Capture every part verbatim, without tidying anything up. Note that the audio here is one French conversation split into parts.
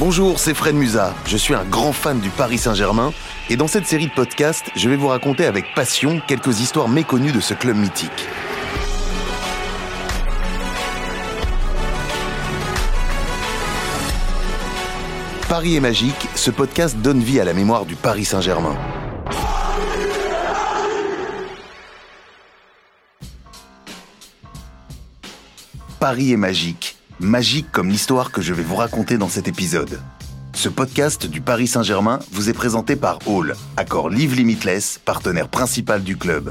Bonjour, c'est Fred Musa. Je suis un grand fan du Paris Saint-Germain et dans cette série de podcasts, je vais vous raconter avec passion quelques histoires méconnues de ce club mythique. Paris est magique, ce podcast donne vie à la mémoire du Paris Saint-Germain. Paris est magique. Magique comme l'histoire que je vais vous raconter dans cet épisode. Ce podcast du Paris Saint-Germain vous est présenté par Hall, accord Live Limitless, partenaire principal du club.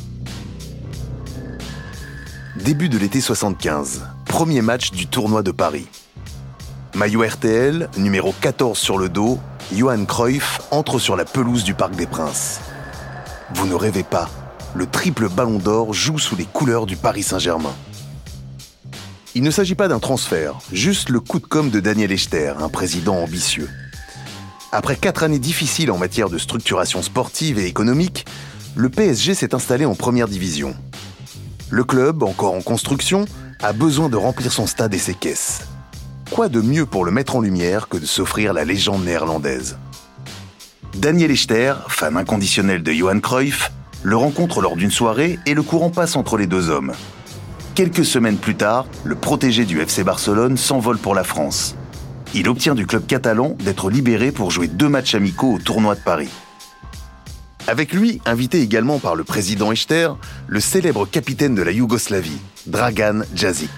Début de l'été soixante-quinze, premier match du tournoi de Paris. Maillot R T L, numéro quatorze sur le dos, Johan Cruyff entre sur la pelouse du Parc des Princes. Vous ne rêvez pas, le triple ballon d'or joue sous les couleurs du Paris Saint-Germain. Il ne s'agit pas d'un transfert, juste le coup de com' de Daniel Hechter, un président ambitieux. Après quatre années difficiles en matière de structuration sportive et économique, le P S G s'est installé en première division. Le club, encore en construction, a besoin de remplir son stade et ses caisses. Quoi de mieux pour le mettre en lumière que de s'offrir la légende néerlandaise ? Daniel Hechter, fan inconditionnel de Johan Cruyff, le rencontre lors d'une soirée et le courant passe entre les deux hommes. Quelques semaines plus tard, le protégé du F C Barcelone s'envole pour la France. Il obtient du club catalan d'être libéré pour jouer deux matchs amicaux au tournoi de Paris. Avec lui, invité également par le président Hechter, le célèbre capitaine de la Yougoslavie, Dragan Djazic.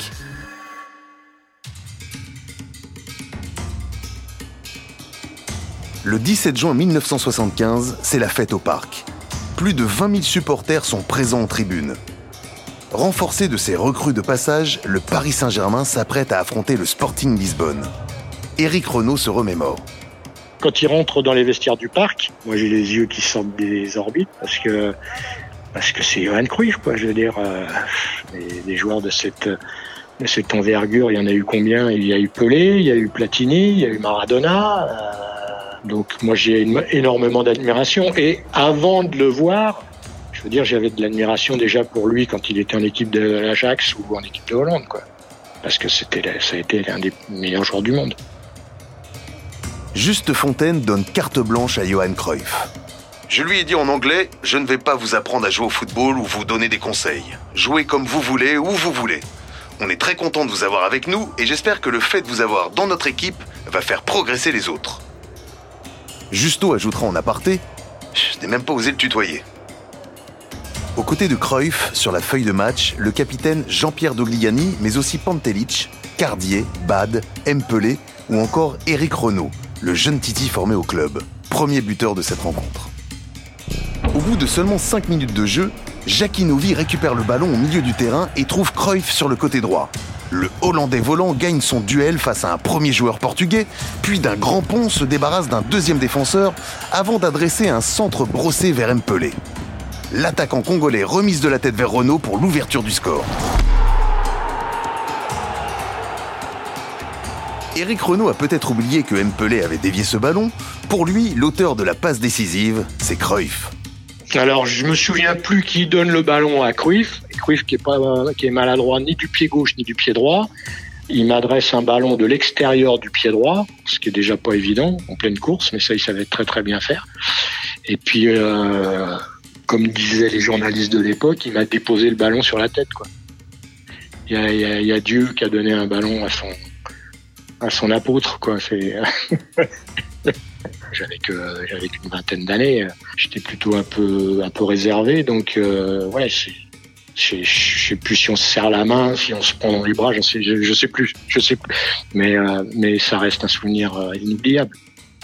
Le dix-sept juin mille neuf cent soixante-quinze, c'est la fête au parc. Plus de vingt mille supporters sont présents en tribune. Renforcé de ses recrues de passage, le Paris Saint-Germain s'apprête à affronter le Sporting Lisbonne. Éric Renaud se remémore. Quand il rentre dans les vestiaires du parc, moi j'ai les yeux qui sortent des orbites parce que parce que c'est Johan Cruyff, quoi. Je veux dire, euh, des, des joueurs de cette de cette envergure, il y en a eu combien ? Il y a eu Pelé, il y a eu Platini, il y a eu Maradona. Euh, donc moi j'ai une, énormément d'admiration et avant de le voir. Je veux dire, j'avais de l'admiration déjà pour lui quand il était en équipe de l'Ajax ou en équipe de Hollande, quoi. Parce que c'était, ça a été l'un des meilleurs joueurs du monde. Juste Fontaine donne carte blanche à Johan Cruyff. Je lui ai dit en anglais, je ne vais pas vous apprendre à jouer au football ou vous donner des conseils. Jouez comme vous voulez, où vous voulez. On est très content de vous avoir avec nous et j'espère que le fait de vous avoir dans notre équipe va faire progresser les autres. Justo ajoutera en aparté, je n'ai même pas osé le tutoyer. Aux côtés de Cruyff, sur la feuille de match, le capitaine Jean-Pierre Dogliani, mais aussi Pantelic, Cardier, Bad, Mpelé ou encore Éric Renaud, le jeune Titi formé au club, premier buteur de cette rencontre. Au bout de seulement cinq minutes de jeu, Jackie Novi récupère le ballon au milieu du terrain et trouve Cruyff sur le côté droit. Le Hollandais volant gagne son duel face à un premier joueur portugais, puis d'un grand pont se débarrasse d'un deuxième défenseur avant d'adresser un centre brossé vers Mpelé. L'attaquant congolais remise de la tête vers Renaud pour l'ouverture du score. Éric Renaud a peut-être oublié que Mpelé avait dévié ce ballon. Pour lui, l'auteur de la passe décisive, c'est Cruyff. Alors, je me souviens plus qui donne le ballon à Cruyff. Cruyff qui est pas, qui est maladroit ni du pied gauche ni du pied droit. Il m'adresse un ballon de l'extérieur du pied droit, ce qui est déjà pas évident en pleine course, mais ça, il savait très très bien faire. Et puis, euh, comme disaient les journalistes de l'époque, il m'a déposé le ballon sur la tête, quoi. Il y a, il y a, il y a Dieu qui a donné un ballon à son, à son apôtre, quoi. C'est... j'avais que, j'avais qu'une vingtaine d'années. J'étais plutôt un peu, un peu réservé, donc euh, ouais, c'est, je, je sais plus si on se serre la main, si on se prend dans les bras, je sais, je, je sais plus, je sais plus. Mais, euh, mais ça reste un souvenir euh, inoubliable.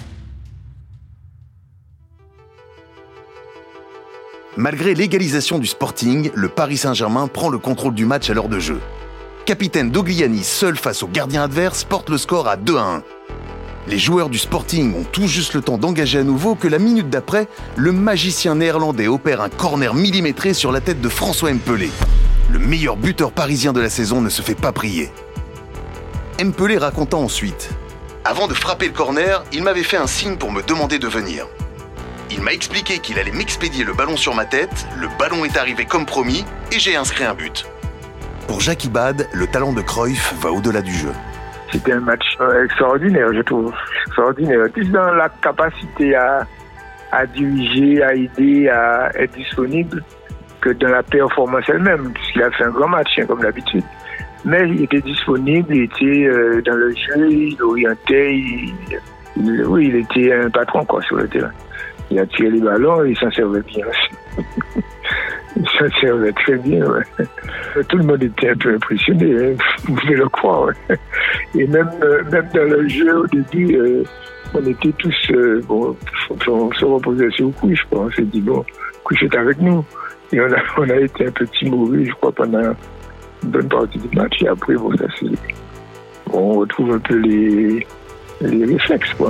Malgré l'égalisation du Sporting, le Paris Saint-Germain prend le contrôle du match à l'heure de jeu. Capitaine Dogliani, seul face au gardien adverse, porte le score à deux à un. Les joueurs du Sporting ont tout juste le temps d'engager à nouveau que la minute d'après, le magicien néerlandais opère un corner millimétré sur la tête de François Mpelé. Le meilleur buteur parisien de la saison ne se fait pas prier. Mpelé raconta ensuite « Avant de frapper le corner, il m'avait fait un signe pour me demander de venir. Il m'a expliqué qu'il allait m'expédier le ballon sur ma tête, le ballon est arrivé comme promis et j'ai inscrit un but. » Pour Jackie Bad, le talent de Cruyff va au-delà du jeu. c'était un match euh, extraordinaire, je trouve. Extraordinaire. Plus dans la capacité à, à diriger, à aider, à être disponible, que dans la performance elle-même, puisqu'il a fait un grand match, hein, comme d'habitude. Mais il était disponible, il était euh, dans le jeu, il orientait, il, il, oui, il était un patron quoi, sur le terrain. Il a tiré les ballons, il s'en servait bien aussi. Il s'en servait très bien, ouais. Tout le monde était un peu impressionné, hein, vous pouvez le croire. Ouais. Et même, euh, même dans le jeu, au début, euh, on était tous, euh, bon, on se reposait sur le cou, je crois. On s'est dit, bon, couchez avec nous. Et on a, on a été un peu timoré, je crois, pendant une bonne partie du match. Et après, bon, ça c'est... Bon, on retrouve un peu les, les réflexes, quoi.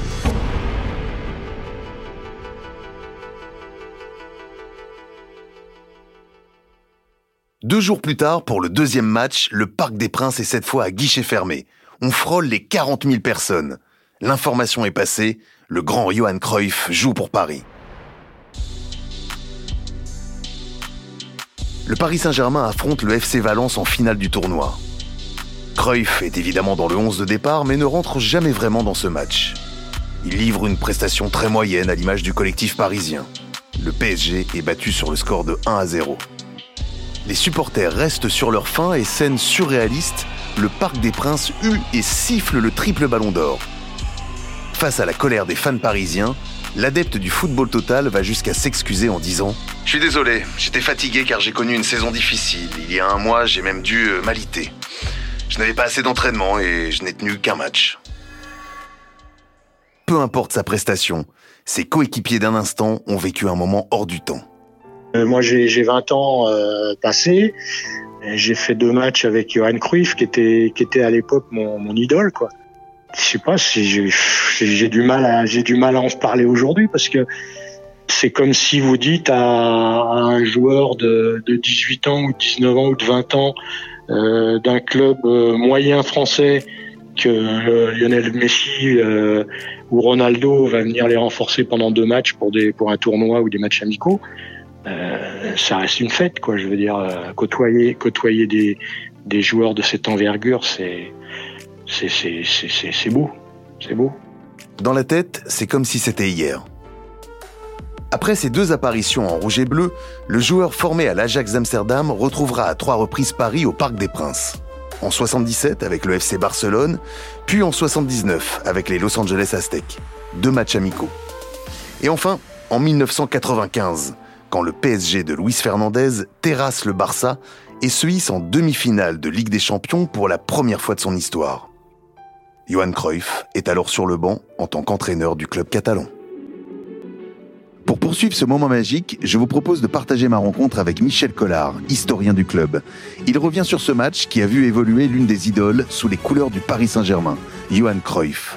Deux jours plus tard, pour le deuxième match, le Parc des Princes est cette fois à guichet fermé. On frôle les quarante mille personnes. L'information est passée, le grand Johan Cruyff joue pour Paris. Le Paris Saint-Germain affronte le F C Valence en finale du tournoi. Cruyff est évidemment dans le onze de départ, mais ne rentre jamais vraiment dans ce match. Il livre une prestation très moyenne à l'image du collectif parisien. Le P S G est battu sur le score de un à zéro. Les supporters restent sur leur faim et scène surréaliste, le Parc des Princes hue et siffle le triple ballon d'or. Face à la colère des fans parisiens, l'adepte du football total va jusqu'à s'excuser en disant « Je suis désolé, j'étais fatigué car j'ai connu une saison difficile. Il y a un mois, j'ai même dû euh, m'aliter. Je n'avais pas assez d'entraînement et je n'ai tenu qu'un match. » Peu importe sa prestation, ses coéquipiers d'un instant ont vécu un moment hors du temps. Euh, moi, j'ai, j'ai vingt ans euh, passés. J'ai fait deux matchs avec Johan Cruyff, qui était, qui était à l'époque mon, mon idole, quoi. Je sais pas si j'ai, j'ai du mal à, j'ai du mal à en parler aujourd'hui parce que c'est comme si vous dites à, à un joueur de, de dix-huit ans ou dix-neuf ans ou de vingt ans euh, d'un club euh, moyen français que euh, Lionel Messi euh, ou Ronaldo va venir les renforcer pendant deux matchs pour des, pour un tournoi ou des matchs amicaux. Euh, ça reste une fête, quoi. Je veux dire, euh, côtoyer, côtoyer des, des joueurs de cette envergure, c'est, c'est, c'est, c'est, c'est, c'est beau, c'est beau. Dans la tête, c'est comme si c'était hier. Après ces deux apparitions en rouge et bleu, le joueur formé à l'Ajax d'Amsterdam retrouvera à trois reprises Paris au Parc des Princes. En soixante-dix-sept avec le F C Barcelone, puis en soixante-dix-neuf avec les Los Angeles Aztecs. Deux matchs amicaux. Et enfin, en dix-neuf cent quatre-vingt-quinze, quand le P S G de Luis Fernandez terrasse le Barça et se hisse en demi-finale de Ligue des Champions pour la première fois de son histoire. Johan Cruyff est alors sur le banc en tant qu'entraîneur du club catalan. Pour poursuivre ce moment magique, je vous propose de partager ma rencontre avec Michel Collard, historien du club. Il revient sur ce match qui a vu évoluer l'une des idoles sous les couleurs du Paris Saint-Germain, Johan Cruyff.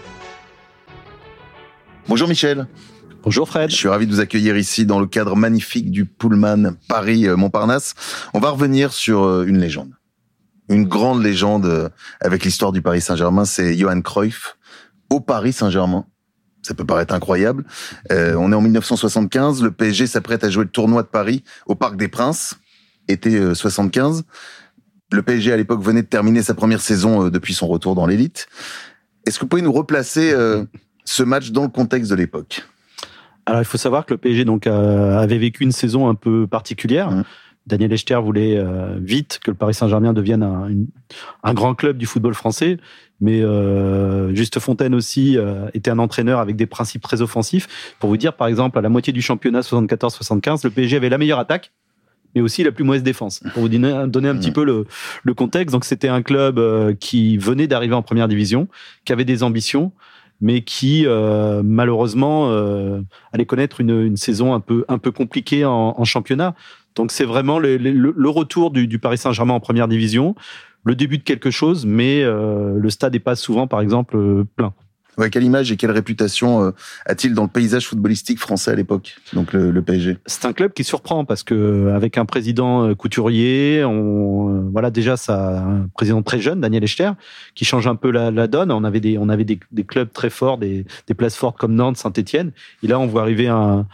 Bonjour Michel. Bonjour Fred. Je suis ravi de vous accueillir ici dans le cadre magnifique du Pullman Paris-Montparnasse. On va revenir sur une légende. Une grande légende avec l'histoire du Paris Saint-Germain, c'est Johan Cruyff au Paris Saint-Germain. Ça peut paraître incroyable. Euh, on est en dix-neuf cent soixante-quinze, le P S G s'apprête à jouer le tournoi de Paris au Parc des Princes, été euh, soixante-quinze. Le P S G à l'époque venait de terminer sa première saison euh, depuis son retour dans l'élite. Est-ce que vous pouvez nous replacer euh, ce match dans le contexte de l'époque ? Alors il faut savoir que le P S G donc euh, avait vécu une saison un peu particulière. Mmh. Daniel Hechter voulait euh, vite que le Paris Saint-Germain devienne un, une, un grand club du football français, mais euh, Juste Fontaine aussi euh, était un entraîneur avec des principes très offensifs. Pour vous dire, par exemple, à la moitié du championnat soixante-quatorze soixante-quinze, le P S G avait la meilleure attaque, mais aussi la plus mauvaise défense. Pour vous donner, donner un petit peu le, le contexte, donc c'était un club euh, qui venait d'arriver en première division, qui avait des ambitions, mais qui euh, malheureusement euh, allait connaître une, une saison un peu, un peu compliquée en, en championnat. Donc c'est vraiment le, le, le retour du, du Paris Saint-Germain en première division, le début de quelque chose, mais euh, le stade n'est pas souvent, par exemple, euh, plein. Ouais, quelle image et quelle réputation euh, a-t-il dans le paysage footballistique français à l'époque, donc le, le P S G? C'est un club qui surprend parce que avec un président couturier, on euh, voilà déjà ça, un président très jeune, Daniel Hechter, qui change un peu la, la donne. On avait des on avait des, des clubs très forts, des, des places fortes comme Nantes, Saint-Étienne, et là on voit arriver un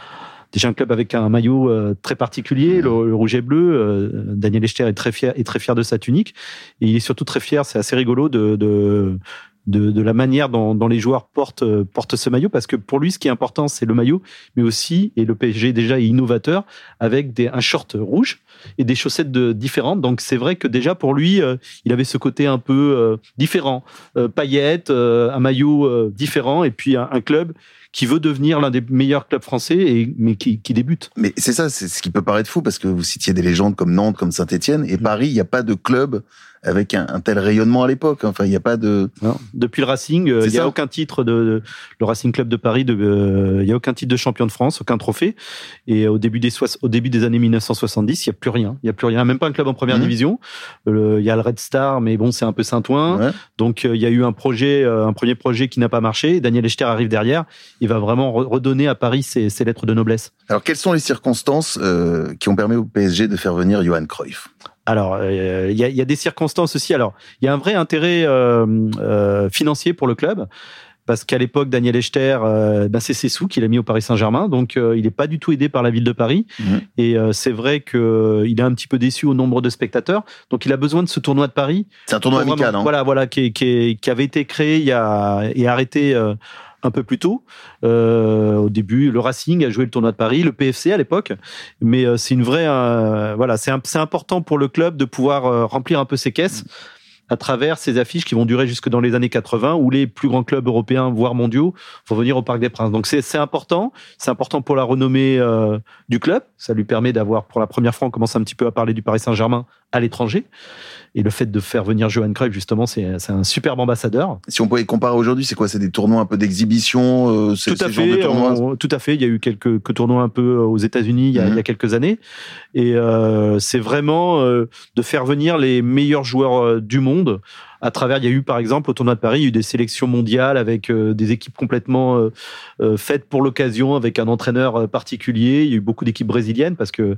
déjà un club avec un maillot euh, très particulier, le, le rouge et bleu. Euh, Daniel Echter est très fier, est très fier de sa tunique, et il est surtout très fier. C'est assez rigolo de, de De, de la manière dont, dont les joueurs portent, portent ce maillot, parce que pour lui, ce qui est important, c'est le maillot, mais aussi, et le P S G déjà est innovateur, avec des, un short rouge et des chaussettes de, différentes. Donc c'est vrai que déjà pour lui, euh, il avait ce côté un peu euh, différent, euh, paillettes, euh, un maillot euh, différent, et puis un, un club qui veut devenir l'un des meilleurs clubs français, et, mais qui, qui débute. Mais c'est ça, c'est ce qui peut paraître fou, parce que vous citiez des légendes comme Nantes, comme Saint-Etienne, et Paris, il n'y a pas de club avec un, un tel rayonnement à l'époque. Enfin, il n'y a pas de... Non. Depuis le Racing, il euh, n'y a aucun titre de, de... Le Racing Club de Paris, il euh, n'y a aucun titre de champion de France, aucun trophée. Et au début des, soix... au début des années mille neuf cent soixante-dix, il n'y a plus rien. Il n'y a plus rien, même pas un club en première mmh. division. Il euh, y a le Red Star, mais bon, c'est un peu Saint-Ouen. Ouais. Donc, il euh, y a eu un projet, euh, un premier projet qui n'a pas marché. Daniel Echter arrive derrière. Il va vraiment re- redonner à Paris ses, ses lettres de noblesse. Alors, quelles sont les circonstances euh, qui ont permis au P S G de faire venir Johan Cruyff ? Alors, il euh, y, a, y a des circonstances aussi. Alors, il y a un vrai intérêt euh, euh, financier pour le club, parce qu'à l'époque, Daniel Echter, euh, ben c'est ses sous qu'il a mis au Paris Saint-Germain, donc euh, il n'est pas du tout aidé par la ville de Paris. Mmh. Et euh, c'est vrai qu'il euh, est un petit peu déçu au nombre de spectateurs, donc il a besoin de ce tournoi de Paris. C'est un tournoi amical, vraiment, hein. Voilà, voilà, qui, qui, qui avait été créé il y a, et arrêté. Euh, un peu plus tôt. Euh, au début, le Racing a joué le tournoi de Paris, le P F C à l'époque. Mais euh, c'est une vraie, euh, voilà, c'est, un, c'est important pour le club de pouvoir euh, remplir un peu ses caisses à travers ces affiches qui vont durer jusque dans les années quatre-vingts, où les plus grands clubs européens, voire mondiaux, vont venir au Parc des Princes. Donc c'est, c'est important. C'est important pour la renommée euh, du club. Ça lui permet d'avoir, pour la première fois, on commence un petit peu à parler du Paris Saint-Germain à l'étranger. Et le fait de faire venir Johan Cruyff, justement, c'est, c'est un superbe ambassadeur. Si on pouvait comparer aujourd'hui, c'est quoi ? C'est des tournois un peu d'exhibition euh, c'est, Tout à ces fait. genres de tournois On, tout à fait. Il y a eu quelques, quelques tournois un peu aux États-Unis il y a, mmh. il y a quelques années. Et euh, c'est vraiment euh, de faire venir les meilleurs joueurs euh, du monde. À travers, il y a eu par exemple au tournoi de Paris, il y a eu des sélections mondiales avec euh, des équipes complètement euh, euh, faites pour l'occasion, avec un entraîneur euh, particulier. Il y a eu beaucoup d'équipes brésiliennes parce que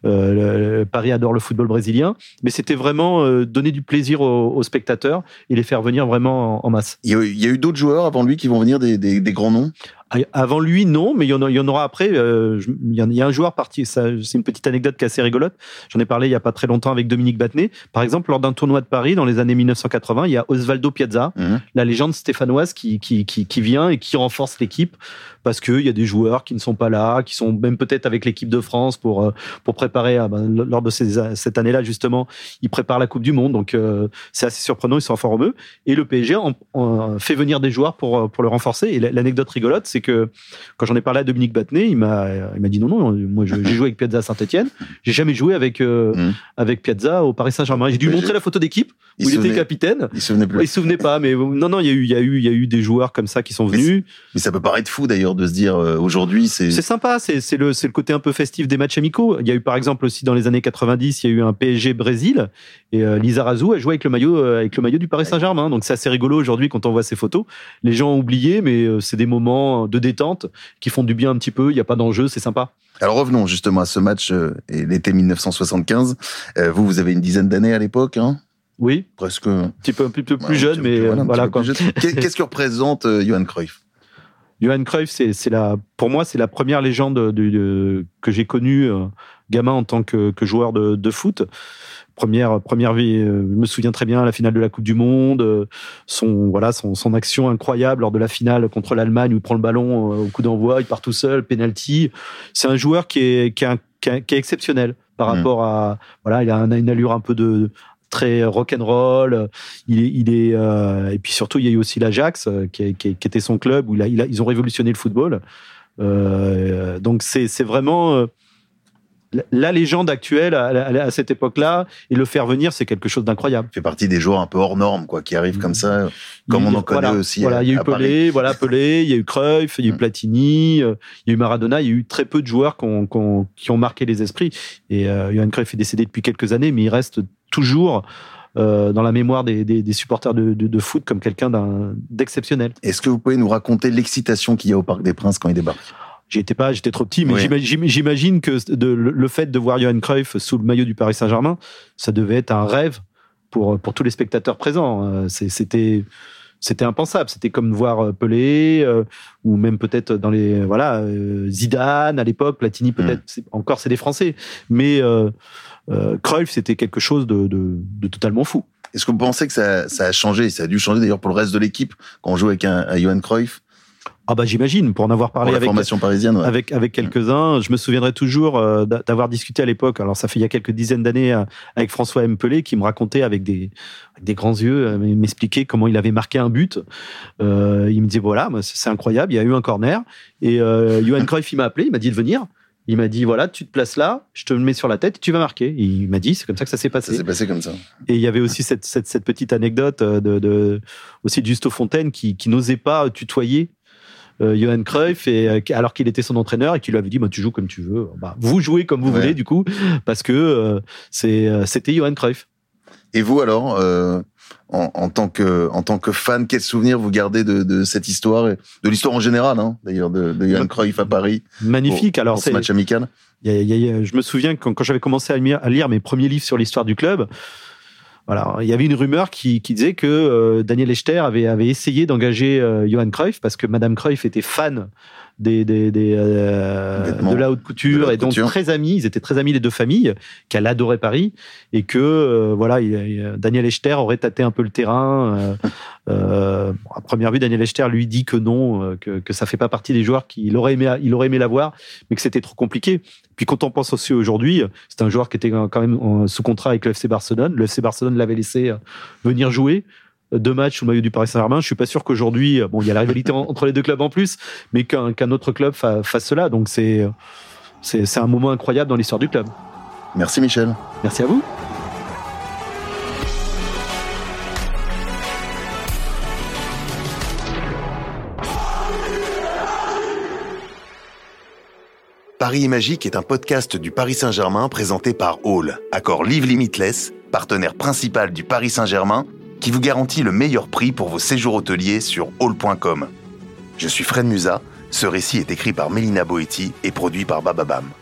euh, le, Paris adore le football brésilien. Mais c'était vraiment euh, donner du plaisir aux, aux spectateurs et les faire venir vraiment en, en masse. Il y, a, il y a eu d'autres joueurs avant lui qui vont venir, des, des, des grands noms ? Avant lui, non, mais il y en, a, il y en aura après. Euh, il, y a, il y a un joueur parti. Ça, c'est une petite anecdote qui est assez rigolote. J'en ai parlé il y a pas très longtemps avec Dominique Battenet. Par exemple, lors d'un tournoi de Paris dans les années mille neuf cent quatre-vingts, il y a Osvaldo Piazza, mmh. la légende stéphanoise, qui, qui, qui, qui vient et qui renforce l'équipe parce qu'il y a des joueurs qui ne sont pas là, qui sont même peut-être avec l'équipe de France pour, pour préparer. Ben, lors de ces, cette année-là, justement, ils préparent la Coupe du Monde. Donc, euh, c'est assez surprenant. Ils sont fort heureux. Et le P S G en, en fait venir des joueurs pour, pour le renforcer. Et l'anecdote rigolote, c'est que quand j'en ai parlé à Dominique Battenet, il m'a, il m'a dit non, non, moi je, j'ai joué avec Piazza à Saint-Etienne, j'ai jamais joué avec, euh, mmh. avec Piazza au Paris Saint-Germain. J'ai dû lui montrer la photo d'équipe où il, il était capitaine. Il se souvenait plus. Il se souvenait pas, mais non, non, il y a eu, il y a eu, il y a eu des joueurs comme ça qui sont venus. Mais, mais ça peut paraître fou d'ailleurs de se dire euh, aujourd'hui, c'est. C'est sympa, c'est, c'est le, c'est le côté un peu festif des matchs amicaux. Il y a eu par exemple aussi dans les années quatre-vingt-dix, il y a eu un P S G Brésil et euh, Lizarazu a joué avec le maillot, euh, avec le maillot du Paris Saint-Germain. Donc c'est assez rigolo aujourd'hui quand on voit ces photos. Les gens ont oublié, mais euh, c'est des moments de détente qui font du bien un petit peu, il n'y a pas d'enjeu, c'est sympa. Alors revenons justement à ce match euh, et l'été mille neuf cent soixante-quinze. Euh, vous, vous avez une dizaine d'années à l'époque, hein ? Oui. Presque. Un petit peu, un petit peu plus ouais, jeune, mais voilà, voilà quoi. Qu'est-ce que représente euh, Johan Cruyff ? Johan Cruyff, c'est, c'est la, pour moi, c'est la première légende de, de, de, que j'ai connue, euh, gamin en tant que, que joueur de, de foot. Première, première vie, euh, je me souviens très bien la finale de la Coupe du Monde, euh, son, voilà, son, son action incroyable lors de la finale contre l'Allemagne où il prend le ballon euh, au coup d'envoi, il part tout seul, penalty. C'est un joueur qui est, qui est, un, qui est, qui est exceptionnel par mmh. rapport à, voilà, il a une allure un peu de, très rock'n'roll. Il est, il est, euh, et puis surtout, il y a eu aussi l'Ajax, qui, qui, qui était son club où il a, il a, ils ont révolutionné le football. Euh, donc c'est, c'est vraiment euh, la légende actuelle à, à, à cette époque-là, et le faire venir, c'est quelque chose d'incroyable. Il fait partie des joueurs un peu hors normes, quoi, qui arrivent comme ça, comme il, on en connaît voilà, aussi. Voilà, à, il y a eu Pelé, voilà Pelé, il y a eu Cruyff, il y a eu Platini, il y a eu Maradona, il y a eu très peu de joueurs qui ont, qui ont, qui ont marqué les esprits. Et euh, Johan Cruyff est décédé depuis quelques années, mais il reste toujours euh, dans la mémoire des, des, des supporters de, de, de foot comme quelqu'un d'un, d'exceptionnel. Est-ce que vous pouvez nous raconter l'excitation qu'il y a au Parc des Princes quand il débarque ? J'y étais pas, j'étais trop petit, mais oui. j'imagine, j'imagine que de, le fait de voir Johan Cruyff sous le maillot du Paris Saint-Germain, ça devait être un rêve pour, pour tous les spectateurs présents. C'est, c'était, c'était impensable. C'était comme voir Pelé euh, ou même peut-être dans les voilà euh, Zidane à l'époque, Platini peut-être. Mmh. C'est, encore c'est des Français, mais euh, euh, Cruyff c'était quelque chose de, de, de totalement fou. Est-ce que vous pensez que ça, ça a changé? Ça a dû changer d'ailleurs pour le reste de l'équipe quand on joue avec un, un Johan Cruyff? Ah bah j'imagine, pour en avoir parlé pour la avec formation parisienne, ouais. avec avec quelques-uns, je me souviendrai toujours euh, d'avoir discuté à l'époque. Alors ça fait il y a quelques dizaines d'années euh, avec François M. Pelé qui me racontait avec des avec des grands yeux, euh, m'expliquait comment il avait marqué un but. Euh, il me disait voilà, c'est incroyable, il y a eu un corner et euh, Johan Cruyff il m'a appelé, il m'a dit de venir. Il m'a dit voilà, tu te places là, je te le mets sur la tête et tu vas marquer. Et il m'a dit c'est comme ça que ça s'est passé. Ça s'est passé comme ça. Et il y avait aussi cette cette, cette petite anecdote de, de aussi de Justo Fontaine qui qui n'osait pas tutoyer Euh, Johan Cruyff, et, euh, alors qu'il était son entraîneur et qui lui avait dit bah, tu joues comme tu veux, bah, vous jouez comme vous ouais. voulez du coup, parce que euh, c'est, euh, c'était Johan Cruyff. Et vous alors, euh, en, en, tant que, en tant que fan, quel souvenir vous gardez de, de cette histoire, de l'histoire en général hein, d'ailleurs, de, de Johan Cruyff à Paris? Magnifique. Pour, alors pour c'est ce match amical. Y a, y a, je me souviens quand, quand j'avais commencé à lire, à lire mes premiers livres sur l'histoire du club. Voilà, il y avait une rumeur qui, qui disait que euh, Daniel Echter avait, avait essayé d'engager euh, Johan Cruyff parce que Madame Cruyff était fan des, des, des, euh, de la haute couture la haute et donc couture. Très amis. Ils étaient très amis les deux familles, qu'elle adorait Paris et que euh, voilà, il, il, Daniel Echter aurait tâté un peu le terrain. Euh, euh, à première vue, Daniel Echter lui dit que non, euh, que, que ça fait pas partie des joueurs qu'il aurait aimé, il aurait aimé l'avoir, mais que c'était trop compliqué. Puis quand on pense aussi aujourd'hui, c'est un joueur qui était quand même sous contrat avec le F C Barcelone. Le F C Barcelone l'avait laissé venir jouer deux matchs sous le maillot du Paris Saint-Germain. Je suis pas sûr qu'aujourd'hui, bon, il y a la rivalité entre les deux clubs en plus, mais qu'un, qu'un autre club fa, fasse cela. Donc c'est, c'est, c'est un moment incroyable dans l'histoire du club. Merci Michel. Merci à vous. Paris est magique est un podcast du Paris Saint-Germain présenté par Hall, accord Live Limitless, partenaire principal du Paris Saint-Germain, qui vous garantit le meilleur prix pour vos séjours hôteliers sur hall point com. Je suis Fred Musa, ce récit est écrit par Mélina Boetti et produit par Bababam.